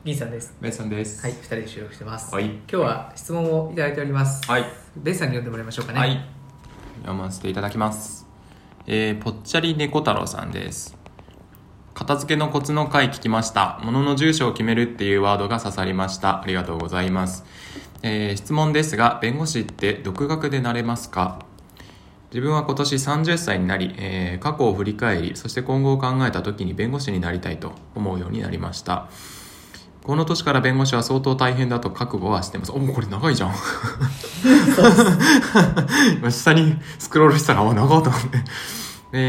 銀さんです。 ベンさんです。 はい、2人で収録してます。 はい。 今日は質問をいただいております。 はい。 ベンさんに読んでもらいましょうかね。 はい。読ませていただきます。ぽっちゃり猫太郎さんです。片付けのコツの回聞きました。物の住所を決めるっていうワードが刺さりました。ありがとうございます。質問ですが、弁護士って独学でなれますか？自分は今年30歳になり、過去を振り返り、そして今後を考えた時に弁護士になりたいと思うようになりました。この年から弁護士は相当大変だと覚悟はしてます。これ長いじゃん。下にスクロールしたら長いと思って。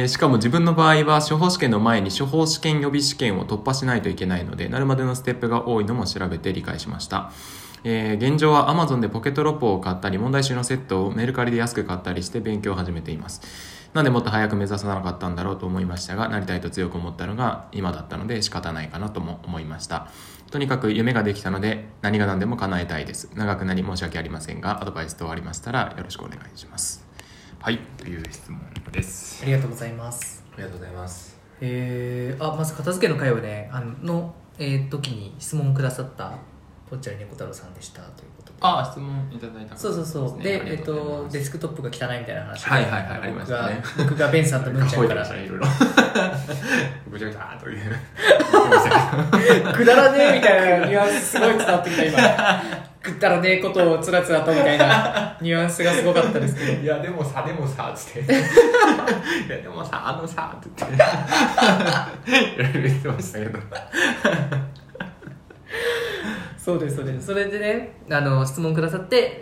しかも自分の場合は司法試験の前に司法試験予備試験を突破しないといけないので、なるまでのステップが多いのも調べて理解しました。現状は Amazon でポケットロッポを買ったり、問題集のセットをメルカリで安く買ったりして勉強を始めています。なんでもっと早く目指さなかったんだろうと思いましたが、なりたいと強く思ったのが今だったので仕方ないかなとも思いました。とにかく夢ができたので何が何でも叶えたいです。長くなり申し訳ありませんが、アドバイス等ありましたらよろしくお願いします。はい、という質問です。 ありがとうございます。 ありがとうございます。 まず片付けの会をね、時に質問をくださったぽっちゃり猫太郎さんでしたということで。 質問いただいた、 そうで、デスクトップが汚いみたいな話で、 ありましたね。 僕がベンさんとムンちゃんからいろいろぐちゃぐちゃーというくだらねえみたいなニュアンスすごい伝わってきた今。くだらねえことをつらつらとみたいなニュアンスがすごかったですけど、 いやでもさつっていやでもさって言っていろいろ言ってましたけどそうです。それでね、質問くださって、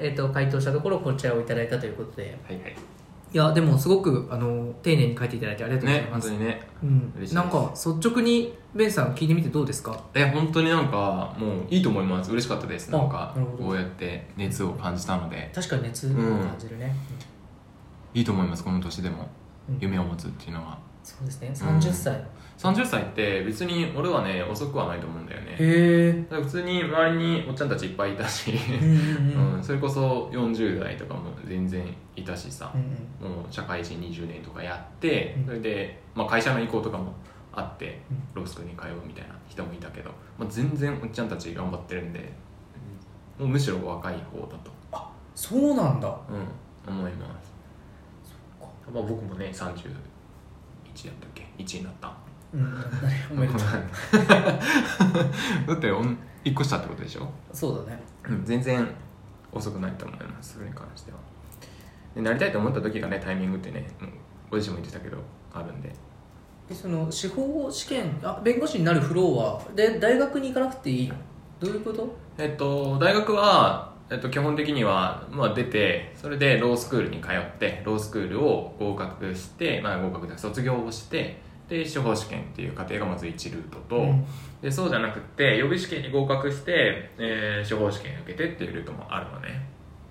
回答したところこちらをいただいたということで、 はいはい、 いやでもすごく丁寧に書いていただいてありがとうございます。 ね、本当にね、嬉しいです。 なんか率直にベンさん聞いてみてどうですか？ 本当になんかもういいと思います。嬉しかったです。なんかなるほど、 こうやって熱を感じたので。 確かに熱を感じるね、 いいと思います。この年でも夢を持つっていうのは、 そうですね。30歳、 30歳って別に俺はね遅くはないと思うんだよね。 へえ。 普通に周りにおっちゃんたちいっぱいいたしそれこそ40代とかも全然いたしさ、もう社会人20年とかやって、それで、会社の意向とかもあって、ロースクールに通うみたいな人もいたけど、全然おっちゃんたち頑張ってるんで、もうむしろ若い方だと。 そうなんだ。 思います。僕もね31やったっけ、1位になった。 おめでとう。 だって1個下ってことでしょ。 そうだね、 全然遅くないと思います。それに関してはで、なりたいと思った時がね、タイミングってね、ご自身も言ってたけどあるんで。 その司法試験、弁護士になるフローはで大学に行かなくていいの？どういうこと？ 大学は、基本的には、出て、それでロースクールに通って、ロースクールを合格して、合格で卒業をして、で司法試験っていう過程がまず1ルートと、でそうじゃなくて予備試験に合格して、司法試験受けてっていうルートもあるのね。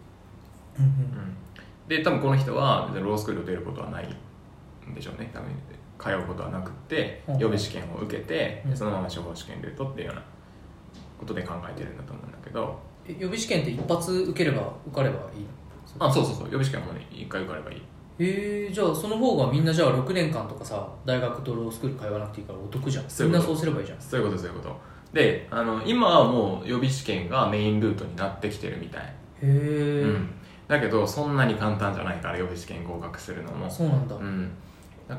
で多分この人はロースクールを出ることはないんでしょうね。多分通うことはなくて予備試験を受けて、そのまま司法試験ルートっていうようなことで考えてるんだと思うんだけど。 予備試験って一発受ければ受かればいいの？ そう予備試験もね1回受かればいい。 じゃあその方がみんなじゃあ6年間とかさ、大学とロースクール通わなくていいからお得じゃん。みんなそうすればいいじゃん。 そういうことで、今はもう予備試験がメインルートになってきてるみたい。だけどそんなに簡単じゃないから、予備試験合格するのも。 そうなんだ。 だ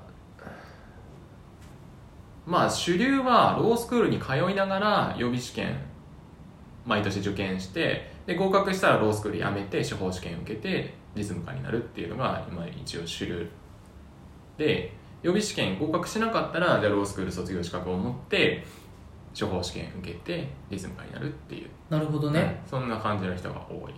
から主流はロースクールに通いながら予備試験毎年受験して、で合格したらロースクール辞めて司法試験受けて実務家になるっていうのが今一応主流で、予備試験合格しなかったらじゃあロースクール卒業資格を持って司法試験受けて実務家になるっていう。 なるほどね、 そんな感じの人が多い。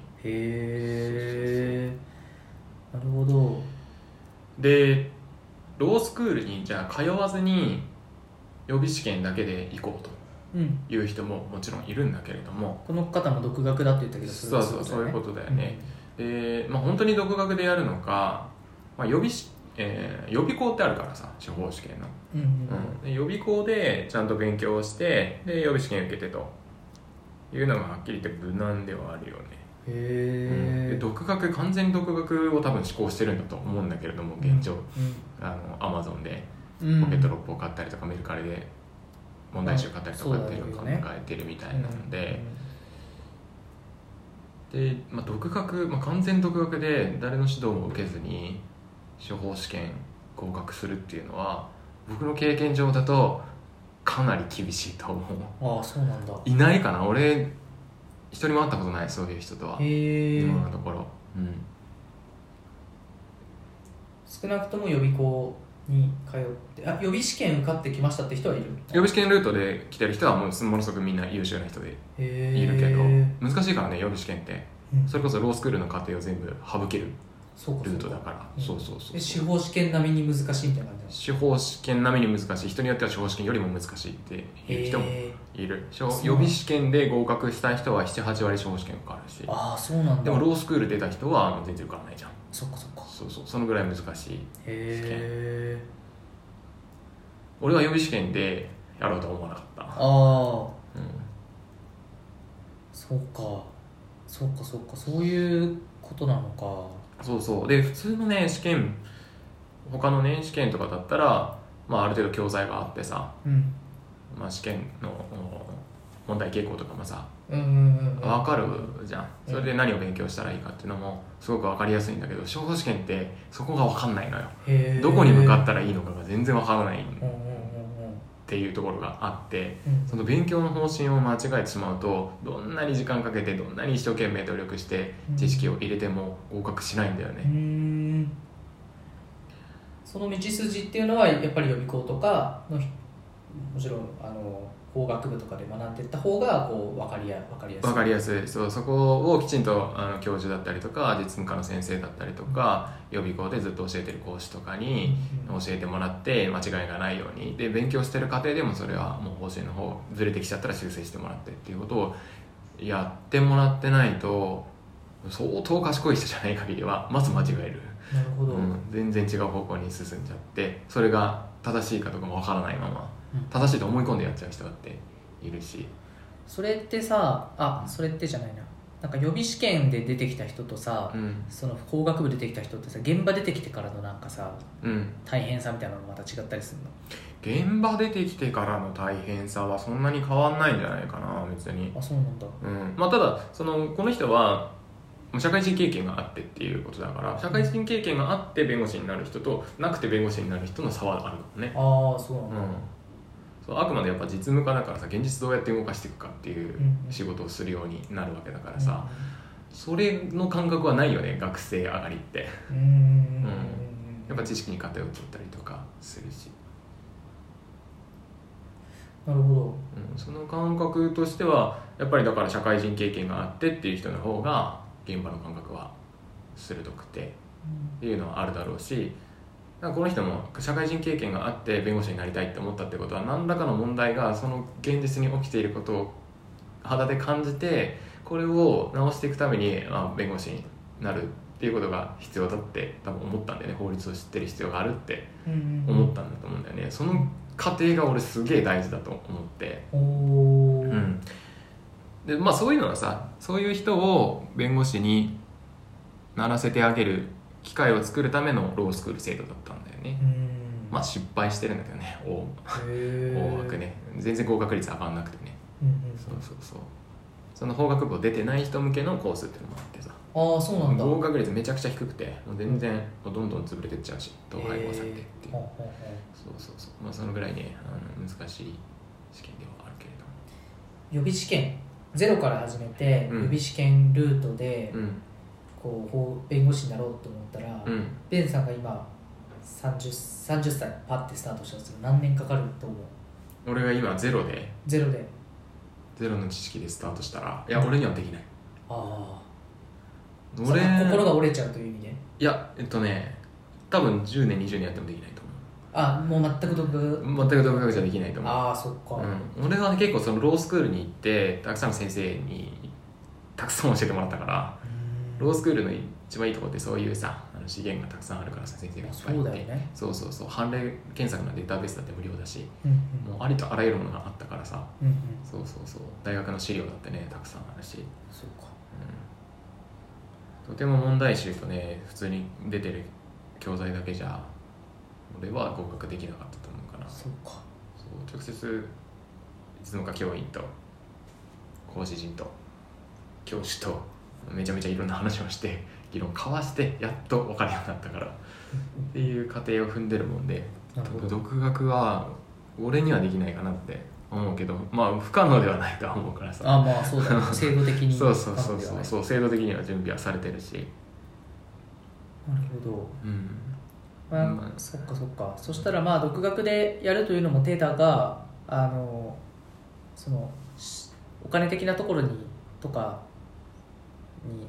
なるほど。 でロースクールにじゃあ通わずに予備試験だけで行こうという人ももちろんいるんだけれども、 この方も独学だって言ったけど、 そういうことだよね。本当に独学でやるのか、予備校ってあるからさ、司法試験の、予備校でちゃんと勉強してで予備試験受けてというのがはっきり言って無難ではあるよね。で完全に独学を多分志向してるんだと思うんだけれども、現状、Amazon でポケットロップを買ったりとかメルカリで問題集買ったりとかっていうのを考えてるみたいなので、で、独学、完全独学で誰の指導も受けずに処方試験合格するっていうのは僕の経験上だとかなり厳しいと思う。 ああ、そうなんだ。 いないかな、俺一人も会ったことない、そういう人とは。 へえ。 今のところ、 少なくとも予備校に通って、予備試験受かってきましたって人はいる？ 予備試験ルートで来てる人はものすごくみんな優秀な人でいるけど、難しいからね、予備試験って、それこそロースクールの過程を全部省けるルートだから。そう司法試験並みに難しいみたいな感じ？ 司法試験並みに難しい、人によっては司法試験よりも難しいっていう人もいる。予備試験で合格した人は 7,8 割司法試験受かるし。 ああ、そうなんだ。 でもロースクール出た人は全然受からないじゃん。 そっかそっか。 そのぐらい難しい試験。俺は予備試験でやろうとは思わなかった。 そうかそういうことなのか。 そうで、普通のね試験、他のね試験とかだったら、ある程度教材があってさ、試験の問題傾向とかもさ、分かるじゃん。それで何を勉強したらいいかっていうのもすごく分かりやすいんだけど、司法試験ってそこが分かんないのよ。どこに向かったらいいのかが全然分からないっていうところがあって、その勉強の方針を間違えてしまうと、どんなに時間かけてどんなに一生懸命努力して知識を入れても合格しないんだよね。 その道筋っていうのはやっぱり予備校とかの、もちろん法学部とかで学んでいった方がこう分かりやすい。 そこをきちんと教授だったりとか実務科の先生だったりとか、予備校でずっと教えてる講師とかに教えてもらって間違いがないように、で勉強してる過程でもそれはもう方針の方ずれてきちゃったら修正してもらってっていうことをやってもらってないと、相当賢い人じゃない限りはまず間違える。 なるほど。 全然違う方向に進んじゃって、それが正しいかどうかもわからないまま正しいと思い込んでやっちゃう人だっているし。 それってさ、それってじゃないな、なんか予備試験で出てきた人とさ、その法学部出てきた人ってさ、現場出てきてからのなんかさ、大変さみたいなのまた違ったりするの？ 現場出てきてからの大変さはそんなに変わんないんじゃないかな、別に。 そうなんだ。 ただこの人は社会人経験があってっていうことだから、社会人経験があって弁護士になる人となくて弁護士になる人の差はあるのね。 そうなんだ。 あくまでやっぱ実務家だからさ、現実どうやって動かしていくかっていう仕事をするようになるわけだからさ、それの感覚はないよね、学生上がりって。やっぱ知識に偏っていったりとかするし。 なるほど。 その感覚としてはやっぱりだから社会人経験があってっていう人の方が現場の感覚は鋭くてっていうのはあるだろうし、この人も社会人経験があって弁護士になりたいって思ったってことは、何らかの問題がその現実に起きていることを肌で感じて、これを直していくために、弁護士になるっていうことが必要だって多分思ったんだよね。法律を知ってる必要があるって思ったんだと思うんだよね。その過程が俺すげえ大事だと思って、でそういうのはさ、そういう人を弁護士にならせてあげる機会を作るためのロースクール制度だったんだよね。失敗してるんだけどね、大枠ね。全然合格率上がんなくてね。その法学部を出てない人向けのコースっていうのもあってさ。 そうなんだ。 合格率めちゃくちゃ低くて、もう全然どんどん潰れてっちゃうし、統廃合されてっていう。そのぐらいね、難しい試験ではあるけれども。 予備試験ゼロから始めて、予備試験ルートで、こう弁護士になろうと思ったら、ベンさんが今30歳パッてスタートしたとすると何年かかると思う？ 俺が今ゼロの知識でスタートしたら、いや、俺にはできない。 俺心が折れちゃうという意味で？ いや、多分10年20年やってもできないと思う。 もう全く独学じゃできないと思う。 そっか。 俺は結構そのロースクールに行ってたくさんの先生にたくさん教えてもらったから、ロースクールの一番いいところってそういうさ、資源がたくさんあるからさ、先生がいっぱいいて、 そうだよね。 判例検索のデータベースだって無料だし、もうありとあらゆるものがあったからさ、大学の資料だってねたくさんあるし、とても問題集とね普通に出てる教材だけじゃ俺は合格できなかったと思うから。直接実務科教員と講師陣と教師とめちゃめちゃいろんな話をして議論交わしてやっと分かるようになったからっていう過程を踏んでるもんで、独学は俺にはできないかなって思うけど、まあ不可能ではないとは思うからさ。 まあそうだね制度的にそう制度的には準備はされてるし。 なるほど。そっか。そしたらまあ独学でやるというのもテータがそのお金的なところにとかに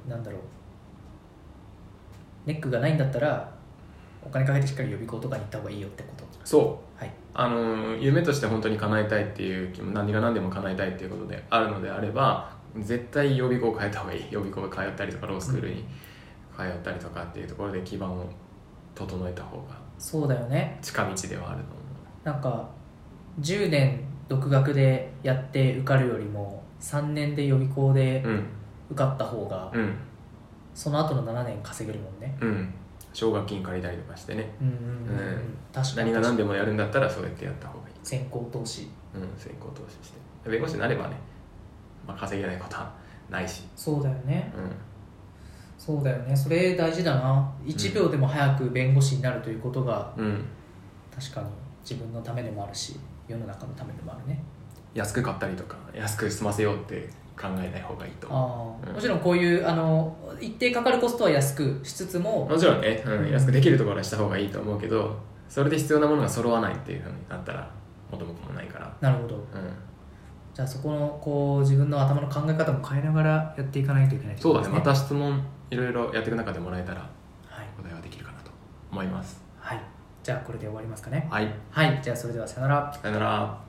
ネックがないんだったらお金かけてしっかり予備校とかに行った方がいいよってこと。 そう、はい、夢として本当に叶えたいっていう何が何でも叶えたいっていうことであるのであれば絶対予備校を変えた方がいい。予備校を通ったりとかロースクールに通ったりとかっていうところで基盤を整えた方がそうだよね近道ではあると思う。 なんか10年独学でやって受かるよりも3年で予備校で受かった方が、その後の7年稼げるもんね。 奨学金借りたりとかしてね。 確かに何が何でもやるんだったらそうやってやった方がいい。 先行投資。 先行投資して弁護士になればね、稼げないことはないし。 そうだよね。そうだよね。それ大事だな。1秒でも早く弁護士になるということが、確かに自分のためでもあるし世の中のためでもあるね。 安く買ったりとか安く済ませようって考えない方がいいと思う。 もちろんこういう一定かかるコストは安くしつつももちろんね、安くできるところはした方がいいと思うけど、それで必要なものが揃わないっていうふうになったら元も子もないから。 なるほど、じゃあそこのこう自分の頭の考え方も変えながらやっていかないといけないですね。 そうだね。また質問いろいろやっていく中でもらえたらお答えはできるかなと思います。 はい、じゃあこれで終わりますかね。 はい、 じゃあそれではさよなら。 さよなら。